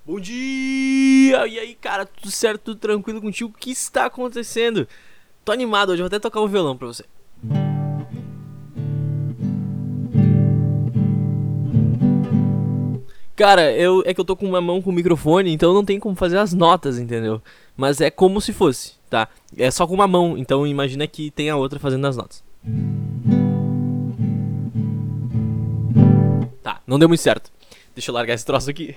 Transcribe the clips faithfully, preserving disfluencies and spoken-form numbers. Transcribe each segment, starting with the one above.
Bom dia! E aí, cara, tudo certo, tudo tranquilo contigo? O que está acontecendo? Tô animado hoje, eu vou até tocar um violão pra você. Cara, eu, é que eu tô com uma mão com o microfone, então não tem como fazer as notas, entendeu? Mas é como se fosse, tá? É só com uma mão, então imagina que tem a outra fazendo as notas. Tá, não deu muito certo. Deixa eu largar esse troço aqui.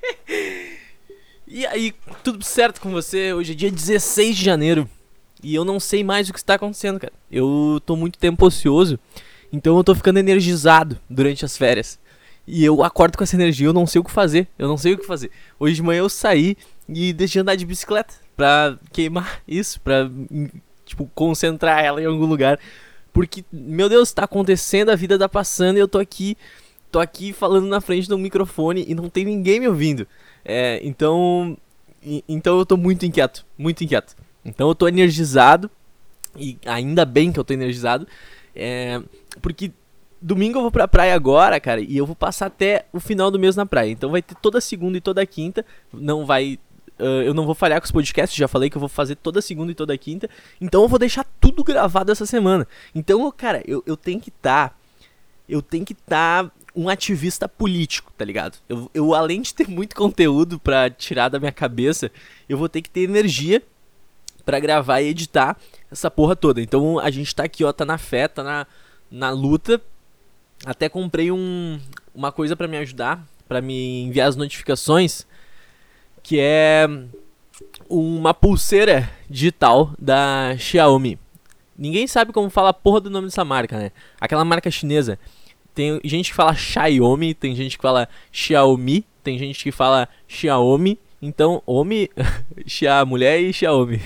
E aí, tudo certo com você? Hoje é dia dezesseis de janeiro e eu não sei mais o que está acontecendo, cara. Eu tô muito tempo ocioso, então eu tô ficando energizado durante as férias. E eu acordo com essa energia, eu não sei o que fazer, eu não sei o que fazer. Hoje de manhã eu saí e deixei andar de bicicleta pra queimar isso, pra, tipo, concentrar ela em algum lugar. Porque, meu Deus, tá acontecendo, a vida tá passando e eu tô aqui, tô aqui falando na frente do microfone e não tem ninguém me ouvindo. É, então, então eu tô muito inquieto, muito inquieto. Então eu tô energizado, e ainda bem que eu tô energizado, é, porque domingo eu vou pra praia agora, cara, e eu vou passar até o final do mês na praia. Então vai ter toda segunda e toda quinta, não vai... Uh, eu não vou falhar com os podcasts, já falei que eu vou fazer toda segunda e toda quinta. Então eu vou deixar tudo gravado essa semana. Então, cara, eu, eu tenho que estar... Tá, eu tenho que estar... Tá um ativista político, tá ligado? Eu, eu, além de ter muito conteúdo pra tirar da minha cabeça, eu vou ter que ter energia pra gravar e editar essa porra toda. Então a gente tá aqui, ó, tá na fé, tá na, na luta. Até comprei um, uma coisa pra me ajudar, pra me enviar as notificações, que é uma pulseira digital da Xiaomi. Ninguém sabe como fala a porra do nome dessa marca, né? Aquela marca chinesa. Tem gente que fala Xiaomi, tem gente que fala Xiaomi, tem gente que fala Xiaomi. Então, Omi, Xia mulher e Xiaomi.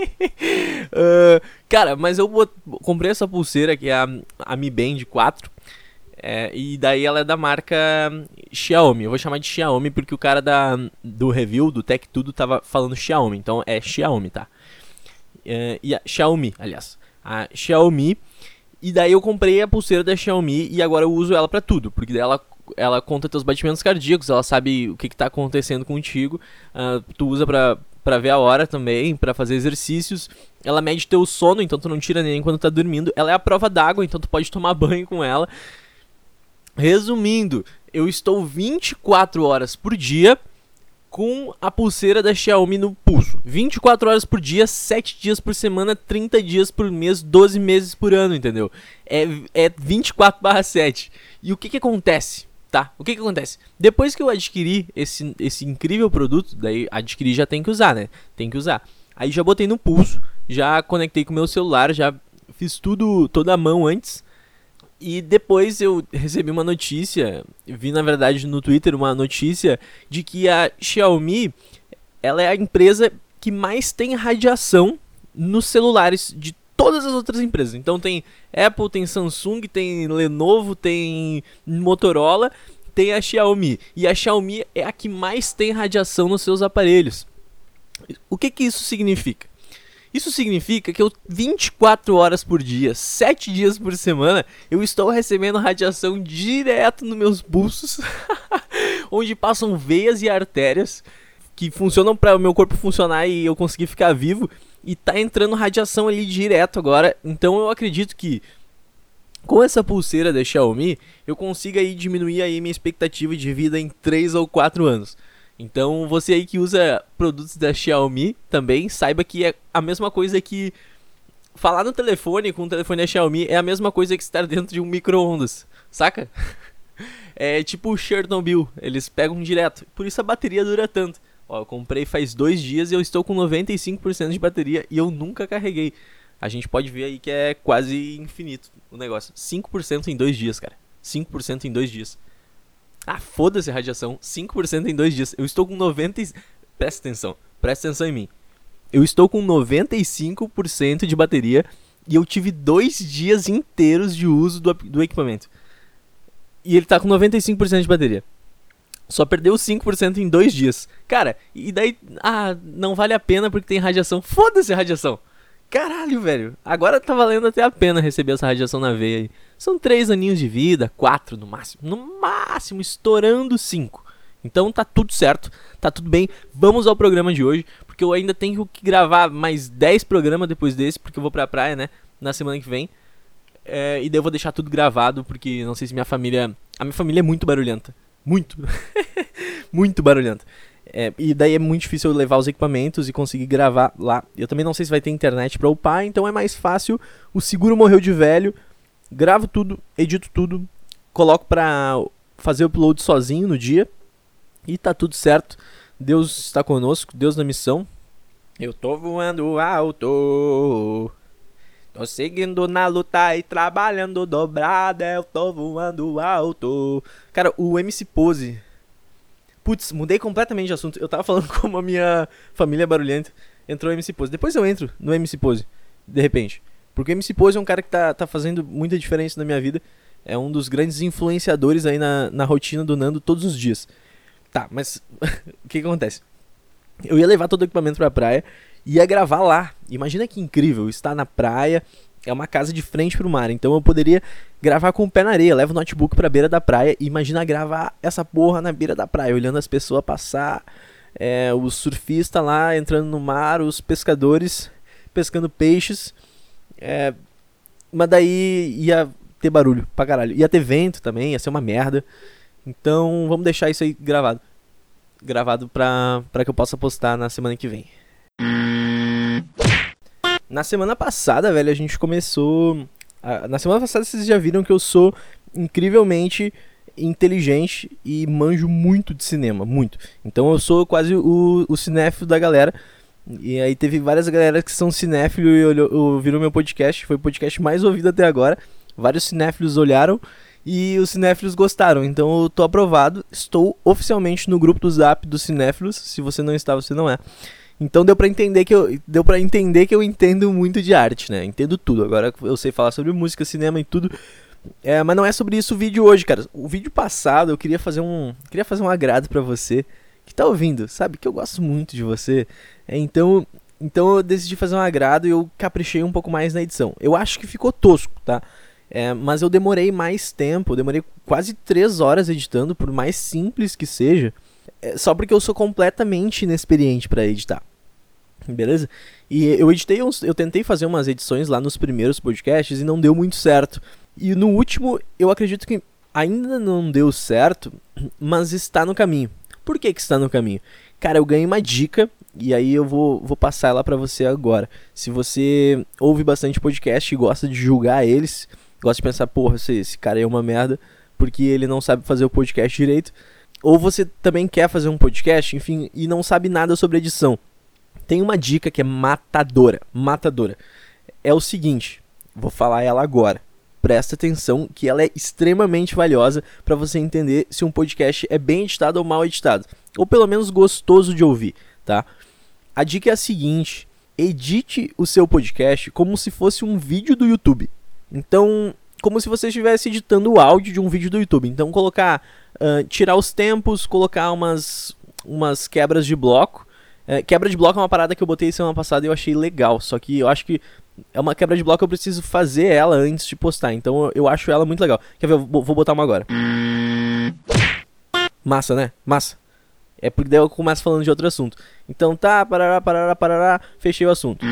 uh, cara, mas eu bot... comprei essa pulseira que é a, a Mi Band quatro. É, e daí ela é da marca Xiaomi. Eu vou chamar de Xiaomi porque o cara da, do review, do Tech Tudo, tava falando Xiaomi. Então é Xiaomi, tá? É, e a Xiaomi, aliás. A Xiaomi. E daí eu comprei a pulseira da Xiaomi e agora eu uso ela pra tudo, porque daí ela, ela conta teus batimentos cardíacos, ela sabe o que, que tá acontecendo contigo, uh, tu usa pra, pra ver a hora também, pra fazer exercícios, ela mede teu sono, então tu não tira nem quando tá dormindo, ela é a prova d'água, então tu pode tomar banho com ela. Resumindo, eu estou vinte e quatro horas por dia com a pulseira da Xiaomi no pulso. vinte e quatro horas por dia, sete dias por semana, trinta dias por mês, doze meses por ano, entendeu? É, é vinte e quatro barra sete. E o que que acontece, tá? O que que acontece? Depois que eu adquiri esse, esse incrível produto, daí adquirir já tem que usar, né? Tem que usar. Aí já botei no pulso, já conectei com o meu celular, já fiz tudo, toda a mão antes. E depois eu recebi uma notícia, vi na verdade no Twitter uma notícia de que a Xiaomi, ela é a empresa que mais tem radiação nos celulares de todas as outras empresas. Então tem Apple, tem Samsung, tem Lenovo, tem Motorola, tem a Xiaomi. E a Xiaomi é a que mais tem radiação nos seus aparelhos. O que que isso significa? Isso significa que eu vinte e quatro horas por dia, sete dias por semana, eu estou recebendo radiação direto nos meus pulsos, onde passam veias e artérias que funcionam para o meu corpo funcionar e eu conseguir ficar vivo, e tá entrando radiação ali direto agora. Então eu acredito que com essa pulseira da Xiaomi, eu consiga aí diminuir aí minha expectativa de vida em três ou quatro anos. Então você aí que usa produtos da Xiaomi também, saiba que é a mesma coisa que falar no telefone com o telefone da Xiaomi é a mesma coisa que estar dentro de um micro-ondas, saca? É tipo o Chernobyl, eles pegam direto, por isso a bateria dura tanto. Ó, eu comprei faz dois dias e eu estou com noventa e cinco por cento de bateria e eu nunca carreguei. A gente pode ver aí que é quase infinito o negócio. cinco por cento em dois dias, cara. cinco por cento em dois dias. Ah, foda-se a radiação, cinco por cento em dois dias. Eu estou com noventa por cento... Presta atenção, presta atenção em mim. Eu estou com noventa e cinco por cento de bateria e eu tive dois dias inteiros de uso do, do equipamento. E ele tá com noventa e cinco por cento de bateria. Só perdeu cinco por cento em dois dias. Cara, e daí... Ah, não vale a pena porque tem radiação. Foda-se a radiação. Caralho, velho. Agora tá valendo até a pena receber essa radiação na veia aí. São três aninhos de vida, quatro no máximo. No máximo, estourando cinco. Então tá tudo certo, tá tudo bem. Vamos ao programa de hoje, porque eu ainda tenho que gravar mais dez programas depois desse, porque eu vou pra praia, né, na semana que vem. É, e daí eu vou deixar tudo gravado, porque não sei se minha família... A minha família é muito barulhenta. Muito. Muito barulhenta. É, e daí é muito difícil eu levar os equipamentos e conseguir gravar lá. Eu também não sei se vai ter internet pra upar, então é mais fácil. O seguro morreu de velho. Gravo tudo, edito tudo, coloco pra fazer o upload sozinho no dia. E tá tudo certo. Deus está conosco, Deus na missão. Eu tô voando alto. Tô seguindo na luta e trabalhando dobrada. Eu tô voando alto. Cara, o M C Pose... Putz, mudei completamente de assunto. Eu tava falando como a minha família barulhenta. Entrou o M C Pose. Depois eu entro no M C Pose, de repente. Porque o M C Pose é um cara que tá, tá fazendo muita diferença na minha vida. É um dos grandes influenciadores aí na, na rotina do Nando todos os dias. Tá, mas o que que acontece? Eu ia levar todo o equipamento pra praia e ia gravar lá. Imagina que incrível, estar na praia... É uma casa de frente pro mar, então eu poderia gravar com o pé na areia. Levo o notebook pra beira da praia e imagina gravar essa porra na beira da praia, olhando as pessoas passar, é, os surfistas lá entrando no mar, os pescadores pescando peixes. É, mas daí ia ter barulho pra caralho. Ia ter vento também, ia ser uma merda. Então vamos deixar isso aí gravado. Gravado pra, pra que eu possa postar na semana que vem. Na semana passada, velho, a gente começou... A, na semana passada vocês já viram que eu sou incrivelmente inteligente e manjo muito de cinema, muito. Então eu sou quase o, o cinéfilo da galera. E aí teve várias galera que são cinéfilos e olhou, ouviram meu podcast. Foi o podcast mais ouvido até agora. Vários cinéfilos olharam e os cinéfilos gostaram. Então eu tô aprovado. Estou oficialmente no grupo do Zap dos cinéfilos. Se você não está, você não é. Então deu pra entender que eu deu para entender que eu entendo muito de arte, né? Entendo tudo. Agora eu sei falar sobre música, cinema e tudo. É, mas não é sobre isso o vídeo hoje, cara. O vídeo passado eu queria fazer um queria fazer um agrado pra você que tá ouvindo, sabe? Que eu gosto muito de você. É, então, então eu decidi fazer um agrado e eu caprichei um pouco mais na edição. Eu acho que ficou tosco, tá? É, mas eu demorei mais tempo, eu demorei quase três horas editando, por mais simples que seja. Só porque eu sou completamente inexperiente pra editar. Beleza? E eu editei uns, eu tentei fazer umas edições lá nos primeiros podcasts e não deu muito certo. E no último, eu acredito que ainda não deu certo, mas está no caminho. Por que que está no caminho? Cara, eu ganhei uma dica e aí eu vou, vou passar ela pra você agora. Se você ouve bastante podcast e gosta de julgar eles, gosta de pensar, porra, esse, esse cara é uma merda porque ele não sabe fazer o podcast direito. Ou você também quer fazer um podcast, enfim, e não sabe nada sobre edição. Tem uma dica que é matadora, matadora. É o seguinte, vou falar ela agora. Presta atenção que ela é extremamente valiosa para você entender se um podcast é bem editado ou mal editado. Ou pelo menos gostoso de ouvir, tá? A dica é a seguinte, edite o seu podcast como se fosse um vídeo do YouTube. Então, como se você estivesse editando o áudio de um vídeo do YouTube. Então, colocar... Uh, tirar os tempos, colocar umas, umas quebras de bloco. Uh, quebra de bloco é uma parada que eu botei semana passada e eu achei legal. Só que eu acho que é uma quebra de bloco que eu preciso fazer ela antes de postar. Então eu, eu acho ela muito legal. Quer ver? Eu vou, vou botar uma agora. Massa, né? Massa. É porque daí eu começo falando de outro assunto. Então tá, parará, parará, parará, fechei o assunto.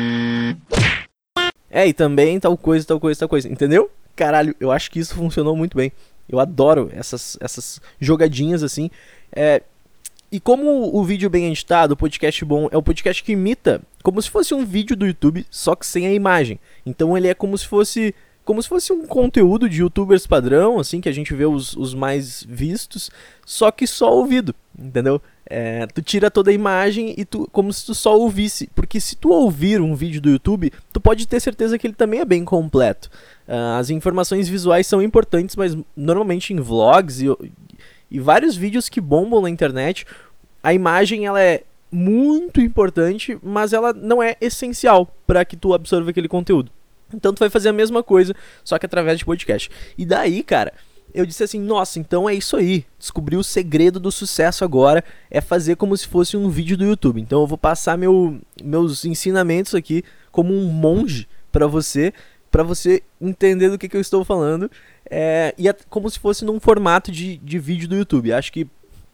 É, e também tal coisa, tal coisa, tal coisa. Entendeu? Caralho, eu acho que isso funcionou muito bem. Eu adoro essas, essas jogadinhas assim. É, e como o vídeo bem editado, o podcast bom, é um podcast que imita como se fosse um vídeo do YouTube, só que sem a imagem. Então ele é como se fosse, como se fosse um conteúdo de youtubers padrão, assim, que a gente vê os, os mais vistos, só que só ouvido, entendeu? É, tu tira toda a imagem e tu, como se tu só ouvisse. Porque se tu ouvir um vídeo do YouTube, tu pode ter certeza que ele também é bem completo. Uh, as informações visuais são importantes, mas normalmente em vlogs e, e vários vídeos que bombam na internet, a imagem ela é muito importante, mas ela não é essencial para que tu absorva aquele conteúdo. Então tu vai fazer a mesma coisa, só que através de podcast. E daí, cara, eu disse assim, nossa, então é isso aí. Descobri o segredo do sucesso agora, é fazer como se fosse um vídeo do YouTube. Então eu vou passar meu, meus ensinamentos aqui como um monge para você, para você entender do que, que eu estou falando. É, e é como se fosse num formato de, de vídeo do YouTube. Acho que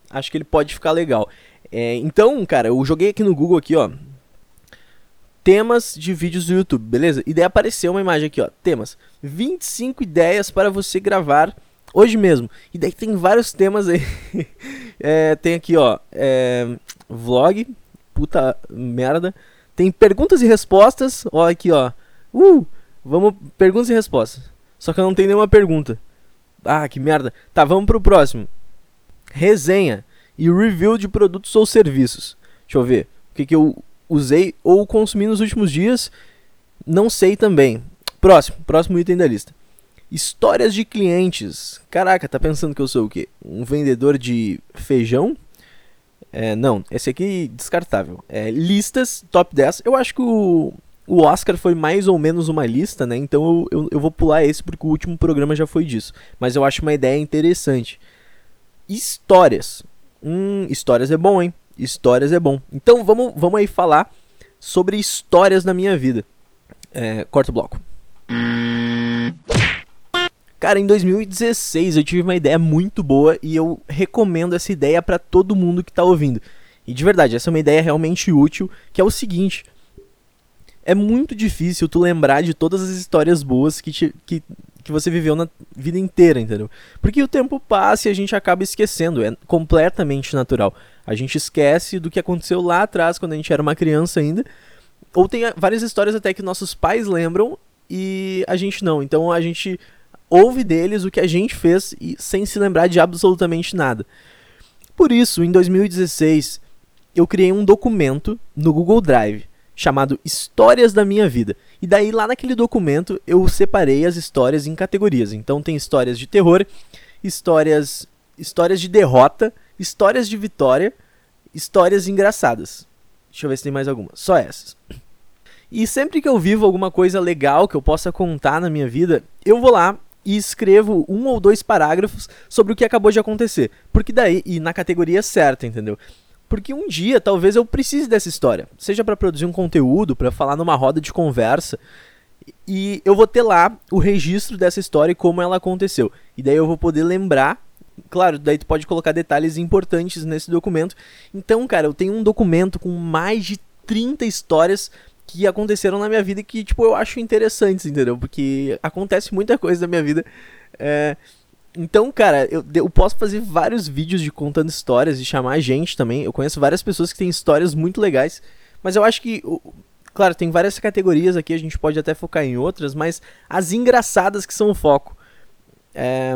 acho que ele pode ficar legal. É, então, cara, eu joguei aqui no Google aqui, ó, temas de vídeos do YouTube, beleza? E daí apareceu uma imagem aqui, ó, temas, vinte e cinco ideias para você gravar hoje mesmo. E daí tem vários temas aí. é, tem aqui, ó, é, vlog, puta merda. Tem perguntas e respostas, ó, aqui, ó. Uh, vamos, perguntas e respostas. Só que eu não tenho nenhuma pergunta. Ah, que merda. Tá, vamos pro próximo. Resenha e review de produtos ou serviços. Deixa eu ver. O que que eu usei ou consumi nos últimos dias. Não sei também. Próximo, próximo item da lista. Histórias de clientes. Caraca, tá pensando que eu sou o quê? Um vendedor de feijão? É, não, esse aqui descartável. É, listas, top dez. Eu acho que o, o Oscar foi mais ou menos uma lista, né? Então eu, eu, eu vou pular esse porque o último programa já foi disso. Mas eu acho uma ideia interessante. Histórias. Hum, histórias é bom, hein? Histórias é bom. Então vamos, vamos aí falar sobre histórias na minha vida. É, corta o bloco. Cara, em dois mil e dezesseis eu tive uma ideia muito boa e eu recomendo essa ideia pra todo mundo que tá ouvindo. E de verdade, essa é uma ideia realmente útil, que é o seguinte: é muito difícil tu lembrar de todas as histórias boas que, te, que, que você viveu na vida inteira, entendeu? Porque o tempo passa e a gente acaba esquecendo, é completamente natural. A gente esquece do que aconteceu lá atrás, quando a gente era uma criança ainda. Ou tem várias histórias até que nossos pais lembram e a gente não. Então a gente ouve deles o que a gente fez e sem se lembrar de absolutamente nada. Por isso, em dois mil e dezesseis, eu criei um documento no Google Drive chamado Histórias da Minha Vida. E daí, lá naquele documento, eu separei as histórias em categorias. Então tem histórias de terror, histórias, histórias de derrota, histórias de vitória, histórias engraçadas. Deixa eu ver se tem mais alguma. Só essas. E sempre que eu vivo alguma coisa legal que eu possa contar na minha vida, eu vou lá e escrevo um ou dois parágrafos sobre o que acabou de acontecer. Porque daí, e na categoria certa, entendeu? Porque um dia talvez eu precise dessa história, seja para produzir um conteúdo, para falar numa roda de conversa, e eu vou ter lá o registro dessa história e como ela aconteceu. E daí eu vou poder lembrar, claro, daí tu pode colocar detalhes importantes nesse documento. Então, cara, eu tenho um documento com mais de trinta histórias que aconteceram na minha vida e que, tipo, eu acho interessantes, entendeu? Porque acontece muita coisa na minha vida. É... Então, cara, eu, eu posso fazer vários vídeos de contando histórias e chamar gente também. Eu conheço várias pessoas que têm histórias muito legais. Mas eu acho que, claro, tem várias categorias aqui, a gente pode até focar em outras, mas as engraçadas que são o foco. É...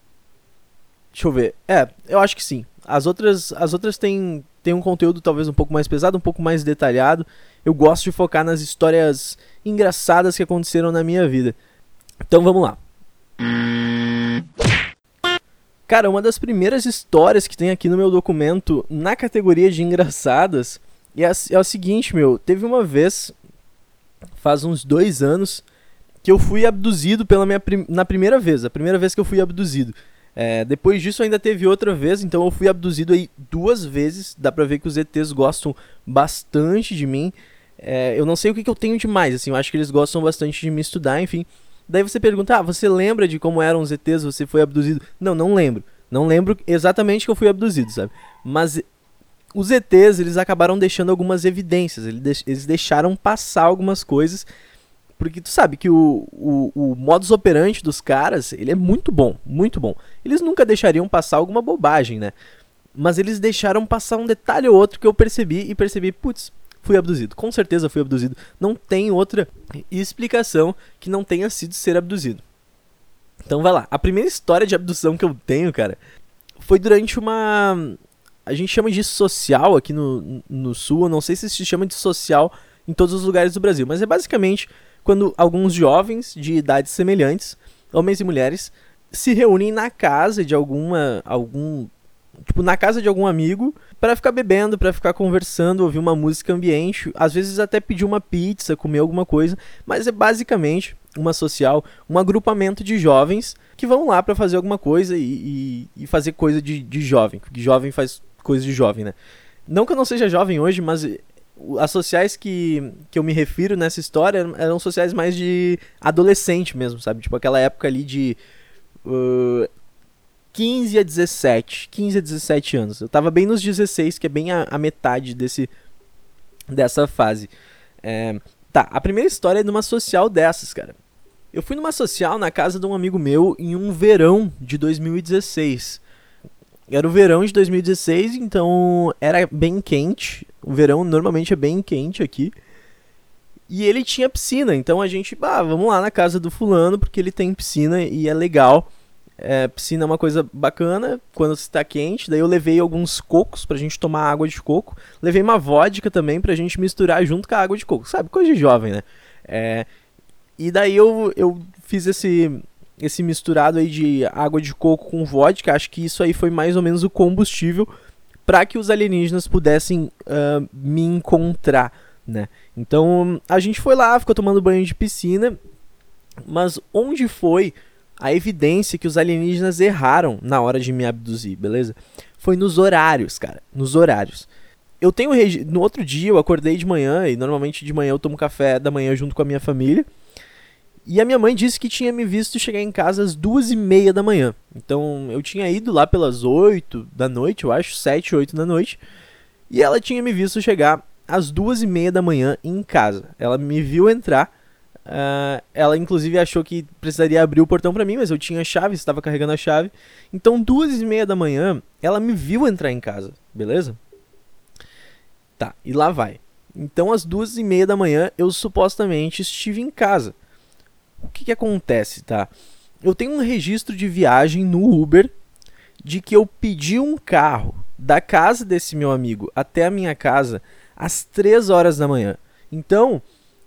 Deixa eu ver. É, eu acho que sim. As outras, as outras têm, têm um conteúdo talvez um pouco mais pesado, um pouco mais detalhado. Eu gosto de focar nas histórias engraçadas que aconteceram na minha vida. Então vamos lá. Cara, uma das primeiras histórias que tem aqui no meu documento, na categoria de engraçadas, é, a, é o seguinte, meu. Teve uma vez, faz uns dois anos, que eu fui abduzido pela minha prim- na primeira vez. A primeira vez que eu fui abduzido. É, depois disso ainda teve outra vez, então eu fui abduzido aí duas vezes. Dá pra ver que os E Tês gostam bastante de mim. É, eu não sei o que, que eu tenho de mais, assim, eu acho que eles gostam bastante de me estudar, enfim. Daí você pergunta, ah, você lembra de como eram os E Tês, você foi abduzido? Não, não lembro. Não lembro exatamente que eu fui abduzido, sabe? Mas os E Tês, eles acabaram deixando algumas evidências, eles deixaram passar algumas coisas. Porque tu sabe que o, o, o modus operandi dos caras, ele é muito bom, muito bom. Eles nunca deixariam passar alguma bobagem, né? Mas eles deixaram passar um detalhe ou outro que eu percebi e percebi, putz, fui abduzido. Com certeza fui abduzido. Não tem outra explicação que não tenha sido ser abduzido. Então vai lá. A primeira história de abdução que eu tenho, cara, foi durante uma... A gente chama de social aqui no, no sul. Eu não sei se se chama de social em todos os lugares do Brasil. Mas é basicamente quando alguns jovens de idades semelhantes, homens e mulheres, se reúnem na casa de alguma... algum tipo, na casa de algum amigo, pra ficar bebendo, pra ficar conversando, ouvir uma música ambiente, às vezes até pedir uma pizza, comer alguma coisa, mas é basicamente uma social, um agrupamento de jovens que vão lá pra fazer alguma coisa e, e, e fazer coisa de, de jovem, porque jovem faz coisa de jovem, né? Não que eu não seja jovem hoje, mas as sociais que, que eu me refiro nessa história eram sociais mais de adolescente mesmo, sabe? Tipo aquela época ali de... Uh, quinze a dezessete. quinze a dezessete anos. Eu tava bem nos dezesseis, que é bem a, a metade desse, dessa fase. É, tá, a primeira história é de uma social dessas, cara. Eu fui numa social na casa de um amigo meu em um verão de dois mil e dezesseis. Era o verão de dois mil e dezesseis, então era bem quente. O verão normalmente é bem quente aqui. E ele tinha piscina, então a gente, ah, vamos lá na casa do fulano, porque ele tem piscina e é legal. É, piscina é uma coisa bacana quando está quente. Daí eu levei alguns cocos pra gente tomar água de coco. Levei uma vodka também pra gente misturar junto com a água de coco. Sabe, coisa de jovem, né? É, e daí eu, eu fiz esse, esse misturado aí de água de coco com vodka. Acho que isso aí foi mais ou menos o combustível para que os alienígenas pudessem uh, me encontrar, né? Então a gente foi lá, ficou tomando banho de piscina. Mas onde foi a evidência que os alienígenas erraram na hora de me abduzir, beleza? Foi nos horários, cara, nos horários. Eu tenho regi- no outro dia eu acordei de manhã, e normalmente de manhã eu tomo café da manhã junto com a minha família. E a minha mãe disse que tinha me visto chegar em casa às duas e meia da manhã. Então eu tinha ido lá pelas oito da noite, eu acho, sete, oito da noite. E ela tinha me visto chegar às duas e meia da manhã em casa. Ela me viu entrar. Uh, ela inclusive achou que precisaria abrir o portão pra mim, mas eu tinha a chave, estava carregando a chave. Então duas e meia da manhã ela me viu entrar em casa, beleza? Tá, e lá vai. Então às duas e meia da manhã eu supostamente estive em casa. O que que acontece, tá? Eu tenho um registro de viagem no Uber de que eu pedi um carro da casa desse meu amigo até a minha casa às três horas da manhã. Então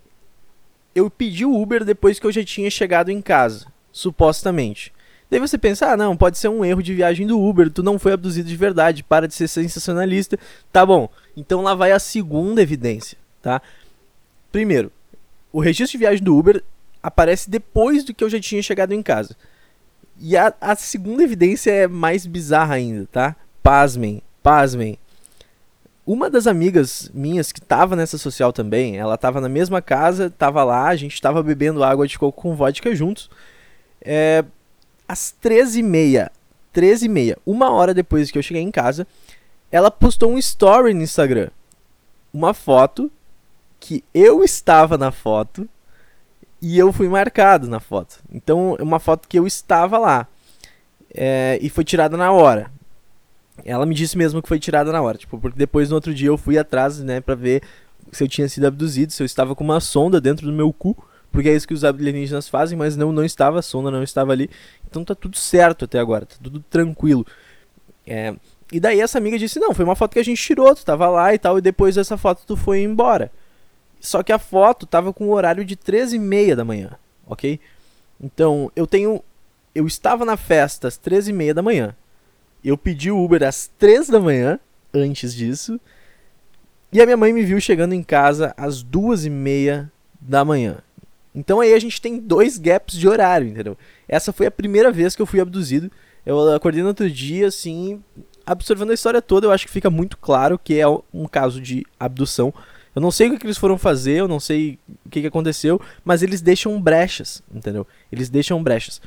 eu pedi o Uber depois que eu já tinha chegado em casa, supostamente. Daí você pensa, ah não, pode ser um erro de viagem do Uber, tu não foi abduzido de verdade, para de ser sensacionalista. Tá bom, então lá vai a segunda evidência, tá? Primeiro, o registro de viagem do Uber aparece depois do que eu já tinha chegado em casa. E a, a segunda evidência é mais bizarra ainda, tá? Pasmem, pasmem. Uma das amigas minhas que tava nessa social também, ela tava na mesma casa, tava lá, a gente tava bebendo água de coco com vodka juntos. É, às treze e meia, treze e meia, uma hora depois que eu cheguei em casa, ela postou um story no Instagram. Uma foto que eu estava na foto e eu fui marcado na foto. Então, é uma foto que eu estava lá. É, e foi tirada na hora. Ela me disse mesmo que foi tirada na hora, tipo, porque depois no outro dia eu fui atrás, né, pra ver se eu tinha sido abduzido, se eu estava com uma sonda dentro do meu cu, porque é isso que os alienígenas fazem, mas não, não estava, a sonda não estava ali, então tá tudo certo até agora, tá tudo tranquilo. É, e daí essa amiga disse, não, foi uma foto que a gente tirou, tu tava lá e tal, e depois dessa foto tu foi embora. Só que a foto tava com o horário de treze e meia da manhã, ok? Então, eu tenho, eu estava na festa às treze e meia da manhã. Eu pedi o Uber às três da manhã, antes disso. E a minha mãe me viu chegando em casa às duas e meia da manhã. Então aí a gente tem dois gaps de horário, entendeu? Essa foi a primeira vez que eu fui abduzido. Eu acordei no outro dia, assim, absorvendo a história toda. Eu acho que fica muito claro que é um caso de abdução. Eu não sei o que eles foram fazer, eu não sei o que aconteceu, mas eles deixam brechas, entendeu? Eles deixam brechas.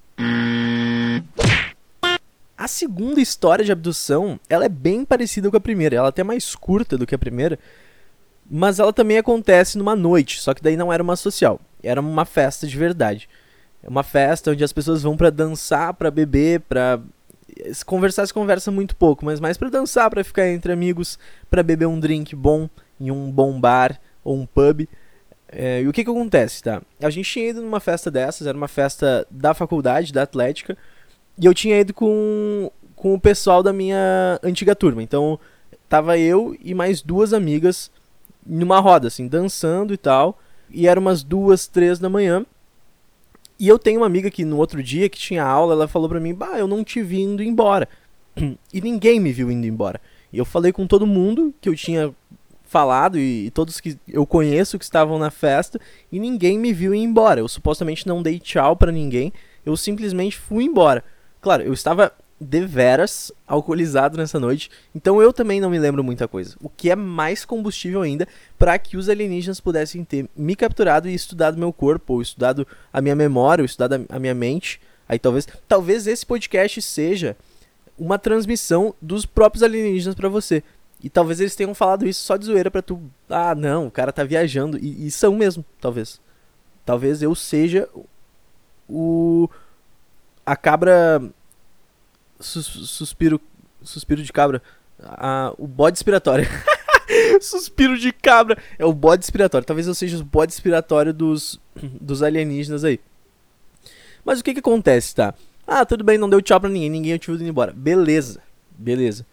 A segunda história de abdução, ela é bem parecida com a primeira. Ela é até mais curta do que a primeira. Mas ela também acontece numa noite. Só que daí não era uma social. Era uma festa de verdade. É uma festa onde as pessoas vão pra dançar, pra beber, pra... Se conversar, se conversa muito pouco. Mas mais pra dançar, pra ficar entre amigos, pra beber um drink bom em um bom bar ou um pub. É, e o que que acontece, tá? A gente tinha ido numa festa dessas. Era uma festa da faculdade, da Atlética. E eu tinha ido com, com o pessoal da minha antiga turma. Então, tava eu e mais duas amigas numa roda, assim, dançando e tal. E eram umas duas, três da manhã. E eu tenho uma amiga que no outro dia, que tinha aula, ela falou pra mim, bah, eu não te vi indo embora. E ninguém me viu indo embora. E eu falei com todo mundo que eu tinha falado, e, e todos que eu conheço que estavam na festa, e ninguém me viu ir embora. Eu supostamente não dei tchau pra ninguém, eu simplesmente fui embora. Claro, eu estava deveras alcoolizado nessa noite, então eu também não me lembro muita coisa. O que é mais combustível ainda para que os alienígenas pudessem ter me capturado e estudado meu corpo, ou estudado a minha memória, ou estudado a minha mente, Aí talvez, talvez esse podcast seja uma transmissão dos próprios alienígenas pra você. E talvez eles tenham falado isso só de zoeira pra tu... Ah, não, o cara tá viajando. E, e são mesmo, talvez. Talvez eu seja o... A cabra... Sus, suspiro... Suspiro de cabra. A, o bode expiratório. Suspiro de cabra. É o bode expiratório. Talvez eu seja o bode expiratório dos, dos alienígenas aí. Mas o que que acontece, tá? Ah, tudo bem, não deu tchau pra ninguém. Ninguém eu tive ido embora. Beleza. Beleza.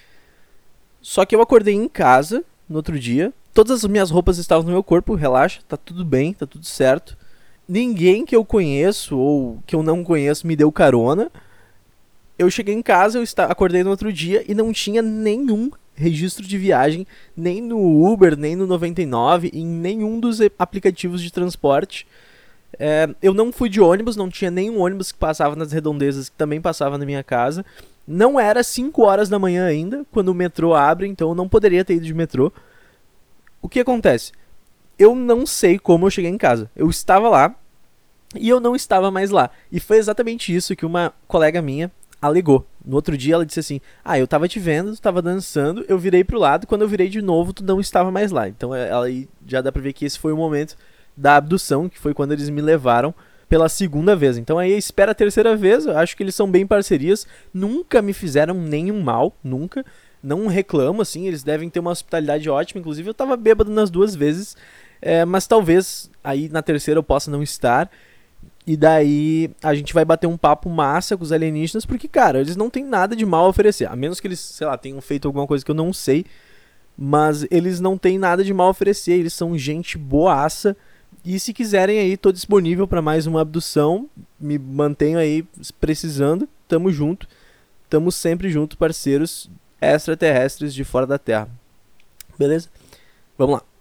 Só que eu acordei em casa no outro dia. Todas as minhas roupas estavam no meu corpo. Relaxa, tá tudo bem, tá tudo certo. Ninguém que eu conheço ou que eu não conheço me deu carona. Eu cheguei em casa, eu esta- acordei no outro dia e não tinha nenhum registro de viagem, nem no Uber, nem no noventa e nove, em nenhum dos e- aplicativos de transporte. É, eu não fui de ônibus, não tinha nenhum ônibus que passava nas redondezas que também passava na minha casa. Não era cinco horas da manhã ainda, quando o metrô abre, então eu não poderia ter ido de metrô. O que acontece? Eu não sei como eu cheguei em casa. Eu estava lá e eu não estava mais lá. E foi exatamente isso que uma colega minha alegou. No outro dia ela disse assim: ah, eu tava te vendo, tu tava dançando, eu virei pro lado, quando eu virei de novo tu não estava mais lá. Então ela aí já dá pra ver que esse foi o momento da abdução, que foi quando eles me levaram pela segunda vez. Então aí espera a terceira vez, eu acho que eles são bem parcerias, nunca me fizeram nenhum mal, nunca. Não reclamo, assim, eles devem ter uma hospitalidade ótima, inclusive eu tava bêbado nas duas vezes, é, mas talvez aí na terceira eu possa não estar. E daí a gente vai bater um papo massa com os alienígenas, porque, cara, eles não têm nada de mal a oferecer. A menos que eles, sei lá, tenham feito alguma coisa que eu não sei. Mas eles não têm nada de mal a oferecer, eles são gente boaça. E se quiserem aí, tô disponível para mais uma abdução. Me mantenho aí precisando, tamo junto. Tamo sempre junto, parceiros extraterrestres de fora da Terra. Beleza? Vamos lá.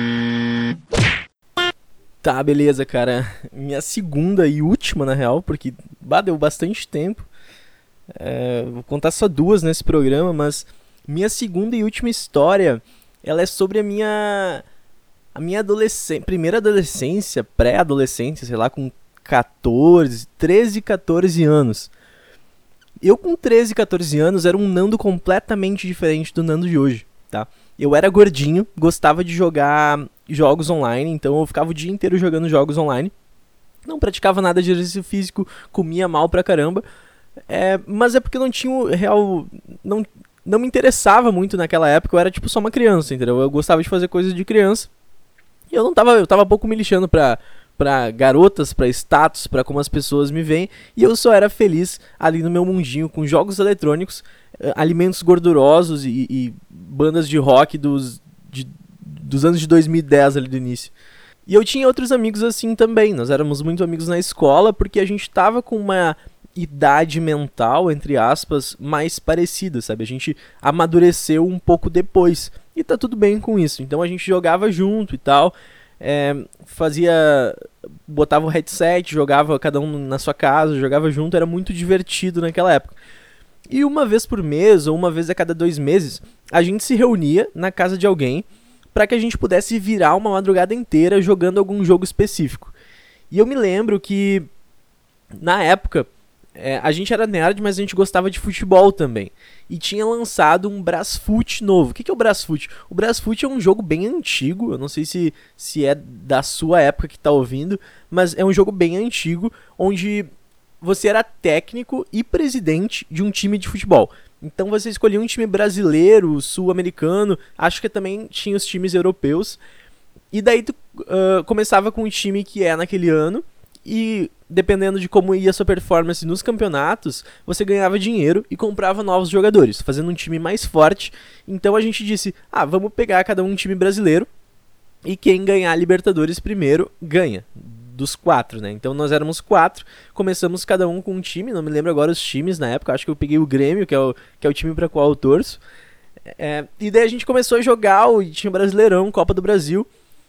Tá, beleza, cara. Minha segunda e última, na real, porque bah, deu bastante tempo. É, vou contar só duas nesse programa, mas minha segunda e última história, ela é sobre a minha a minha adolescência, primeira adolescência, pré-adolescência, sei lá, com catorze, treze, catorze anos. Eu com treze, catorze anos era um Nando completamente diferente do Nando de hoje, tá? Eu era gordinho, gostava de jogar jogos online, então eu ficava o dia inteiro jogando jogos online. Não praticava nada de exercício físico, comia mal pra caramba. É, mas é porque eu não tinha o real... Não, não me interessava muito naquela época, eu era tipo só uma criança, entendeu? Eu gostava de fazer coisas de criança. E eu não tava... Eu tava pouco me lixando pra, pra garotas, pra status, pra como as pessoas me veem. E eu só era feliz ali no meu mundinho com jogos eletrônicos, alimentos gordurosos e, e bandas de rock dos, de, dos anos de dois mil e dez ali do início. E eu tinha outros amigos assim também, nós éramos muito amigos na escola porque a gente tava com uma idade mental, entre aspas, mais parecida, sabe? A gente amadureceu um pouco depois e tá tudo bem com isso. Então a gente jogava junto e tal, é, fazia... botava o headset, jogava cada um na sua casa, jogava junto, era muito divertido naquela época. E uma vez por mês, ou uma vez a cada dois meses, a gente se reunia na casa de alguém para que a gente pudesse virar uma madrugada inteira jogando algum jogo específico. E eu me lembro que, na época, é, a gente era nerd, mas a gente gostava de futebol também. E tinha lançado um Brasfoot novo. O que, que é o Brasfoot? O Brasfoot é um jogo bem antigo, eu não sei se, se é da sua época que tá ouvindo, mas é um jogo bem antigo, onde... você era técnico e presidente de um time de futebol. Então você escolhia um time brasileiro, sul-americano, acho que também tinha os times europeus. E daí tu uh, começava com o time que é naquele ano. E dependendo de como ia a sua performance nos campeonatos, você ganhava dinheiro e comprava novos jogadores, fazendo um time mais forte. Então a gente disse, ah, vamos pegar cada um time brasileiro. E quem ganhar a Libertadores primeiro, ganha. Dos quatro, né? Então nós éramos quatro, começamos cada um com um time, não me lembro agora os times na época, acho que eu peguei o Grêmio, que é o, que é o time para qual eu torço. É, e daí a gente começou a jogar, o, tinha o Brasileirão, Copa do Brasil,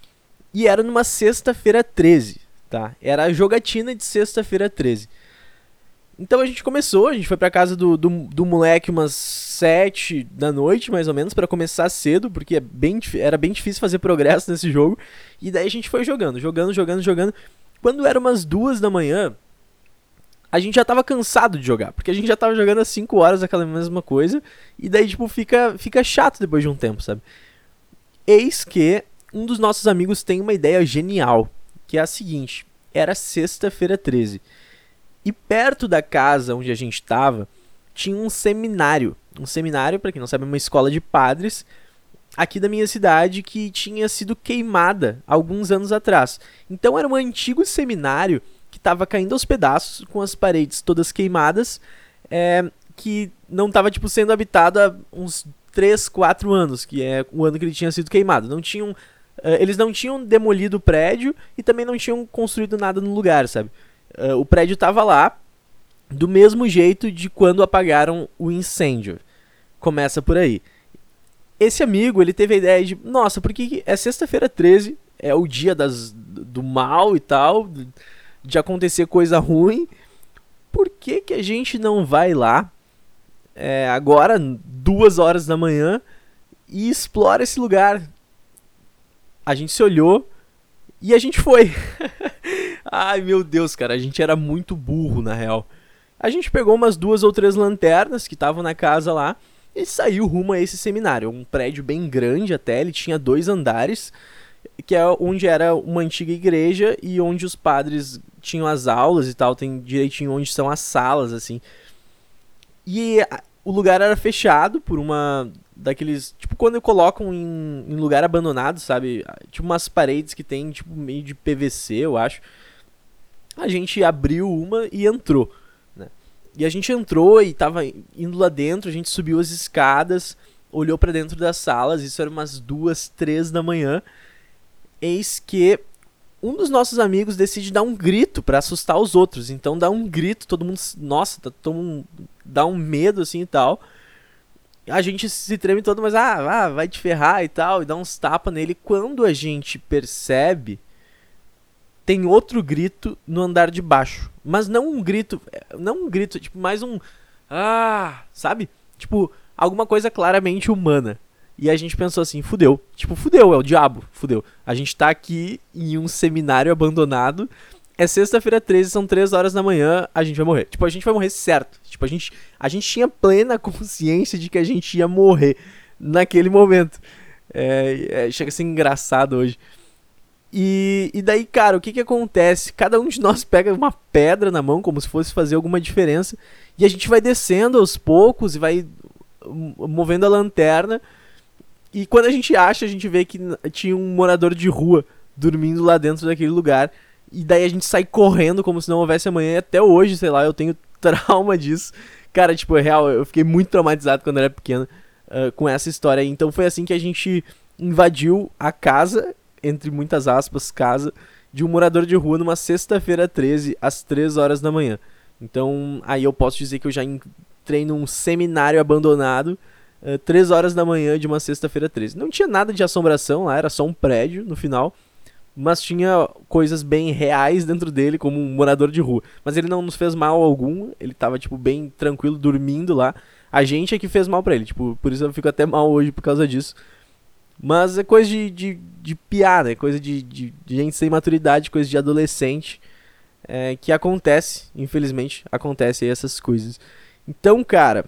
e era numa sexta-feira treze, tá? Era a jogatina de sexta-feira treze. Então a gente começou, a gente foi pra casa do, do, do moleque umas sete da noite, mais ou menos, pra começar cedo, porque é bem, era bem difícil fazer progresso nesse jogo. E daí a gente foi jogando, jogando, jogando, jogando. Quando era umas duas da manhã, a gente já tava cansado de jogar, porque a gente já tava jogando há cinco horas aquela mesma coisa, e daí, tipo, fica, fica chato depois de um tempo, sabe? Eis que um dos nossos amigos tem uma ideia genial, que é a seguinte: era sexta-feira treze, e perto da casa onde a gente tava, tinha um seminário. Um seminário, pra quem não sabe, é uma escola de padres aqui da minha cidade que tinha sido queimada alguns anos atrás. Então era um antigo seminário que estava caindo aos pedaços, com as paredes todas queimadas, é, que não estava tipo, sendo habitado há uns três, quatro anos, que é o ano que ele tinha sido queimado. Não tinham, uh, eles não tinham demolido o prédio e também não tinham construído nada no lugar, sabe? Uh, o prédio estava lá, do mesmo jeito de quando apagaram o incêndio. Começa por aí. Esse amigo, ele teve a ideia de, nossa, porque é sexta-feira treze, é o dia das, do mal e tal, de acontecer coisa ruim, por que que a gente não vai lá, é, agora, duas horas da manhã, e explora esse lugar? A gente se olhou e a gente foi. Ai, meu Deus, cara, a gente era muito burro, na real. A gente pegou umas duas ou três lanternas que estavam na casa lá e saiu rumo a esse seminário. Um prédio bem grande até, ele tinha dois andares, que é onde era uma antiga igreja e onde os padres tinham as aulas e tal, tem direitinho onde são as salas, assim. E a, o lugar era fechado por uma daqueles, tipo, quando colocam em, em lugar abandonado, sabe? Tipo umas paredes que tem, tipo, meio de P V C, eu acho. A gente abriu uma e entrou, né? E a gente entrou e tava indo lá dentro, a gente subiu as escadas, olhou pra dentro das salas, isso era umas duas, três da manhã. Eis que um dos nossos amigos decide dar um grito pra assustar os outros. Então dá um grito, todo mundo, nossa, tá, todo mundo dá um medo assim e tal. A gente se treme todo, mas ah, ah, vai te ferrar e tal, e dá uns tapas nele. Quando a gente percebe, tem outro grito no andar de baixo. Mas não um grito, não um grito, tipo, mais um ah, sabe? Tipo, alguma coisa claramente humana. E a gente pensou assim, fudeu. Tipo, fudeu, é o diabo, fudeu. A gente tá aqui em um seminário abandonado. É sexta-feira treze, são três horas da manhã, a gente vai morrer. Tipo, a gente vai morrer certo. Tipo, a gente, a gente tinha plena consciência de que a gente ia morrer naquele momento. É, é, chega a ser engraçado hoje. E, e daí, cara, o que que acontece? Cada um de nós pega uma pedra na mão, como se fosse fazer alguma diferença. E a gente vai descendo aos poucos e vai movendo a lanterna. E quando a gente acha, a gente vê que tinha um morador de rua dormindo lá dentro daquele lugar. E daí a gente sai correndo como se não houvesse amanhã. E até hoje, sei lá, eu tenho trauma disso. Cara, tipo, é real, eu fiquei muito traumatizado quando eu era pequeno uh, com essa história aí. Então foi assim que a gente invadiu a casa, entre muitas aspas, casa, de um morador de rua numa sexta-feira treze, às três horas da manhã. Então aí eu posso dizer que eu já entrei num seminário abandonado, Uh, três horas da manhã de uma sexta-feira treze. Não tinha nada de assombração lá, era só um prédio no final, mas tinha coisas bem reais dentro dele, como um morador de rua. Mas ele não nos fez mal algum, ele tava tipo bem tranquilo, dormindo lá. A gente é que fez mal pra ele, tipo, por isso eu fico até mal hoje por causa disso. Mas é coisa de, de, de piada, é coisa de, de, de gente sem maturidade, coisa de adolescente, é, que acontece, infelizmente, acontece aí essas coisas. Então, cara,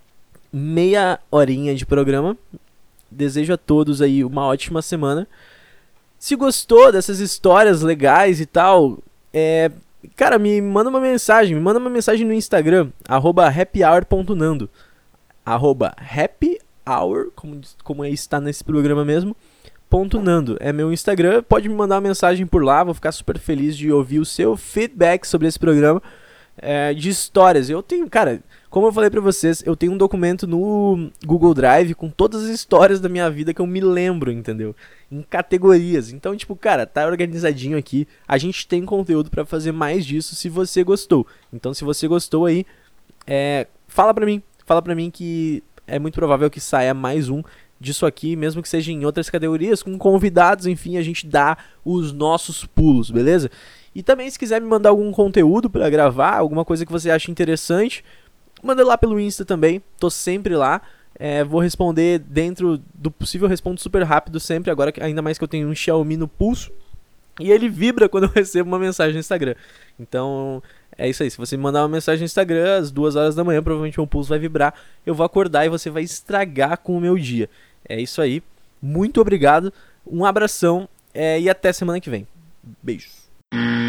meia horinha de programa. Desejo a todos aí uma ótima semana. Se gostou dessas histórias legais e tal, é, cara, me manda uma mensagem. Me manda uma mensagem no Instagram, arroba happyhour ponto nando, arroba happyhour, como, como está nesse programa mesmo, ponto nando. É meu Instagram, pode me mandar uma mensagem por lá. Vou ficar super feliz de ouvir o seu feedback sobre esse programa, é, de histórias. Eu tenho, cara, como eu falei pra vocês, eu tenho um documento no Google Drive com todas as histórias da minha vida que eu me lembro, entendeu? Em categorias. Então, tipo, cara, tá organizadinho aqui. A gente tem conteúdo pra fazer mais disso se você gostou. Então, se você gostou aí, é, fala pra mim. Fala pra mim que é muito provável que saia mais um disso aqui, mesmo que seja em outras categorias, com convidados, enfim, a gente dá os nossos pulos, beleza? E também, se quiser me mandar algum conteúdo pra gravar, alguma coisa que você acha interessante, manda lá pelo Insta também, tô sempre lá, é, vou responder dentro do possível, respondo super rápido sempre, agora ainda mais que eu tenho um Xiaomi no pulso, e ele vibra quando eu recebo uma mensagem no Instagram. Então, É isso aí, se você me mandar uma mensagem no Instagram às duas horas da manhã, provavelmente meu pulso vai vibrar, eu vou acordar e você vai estragar com o meu dia. É isso aí, muito obrigado, um abração é, e até semana que vem. Beijos.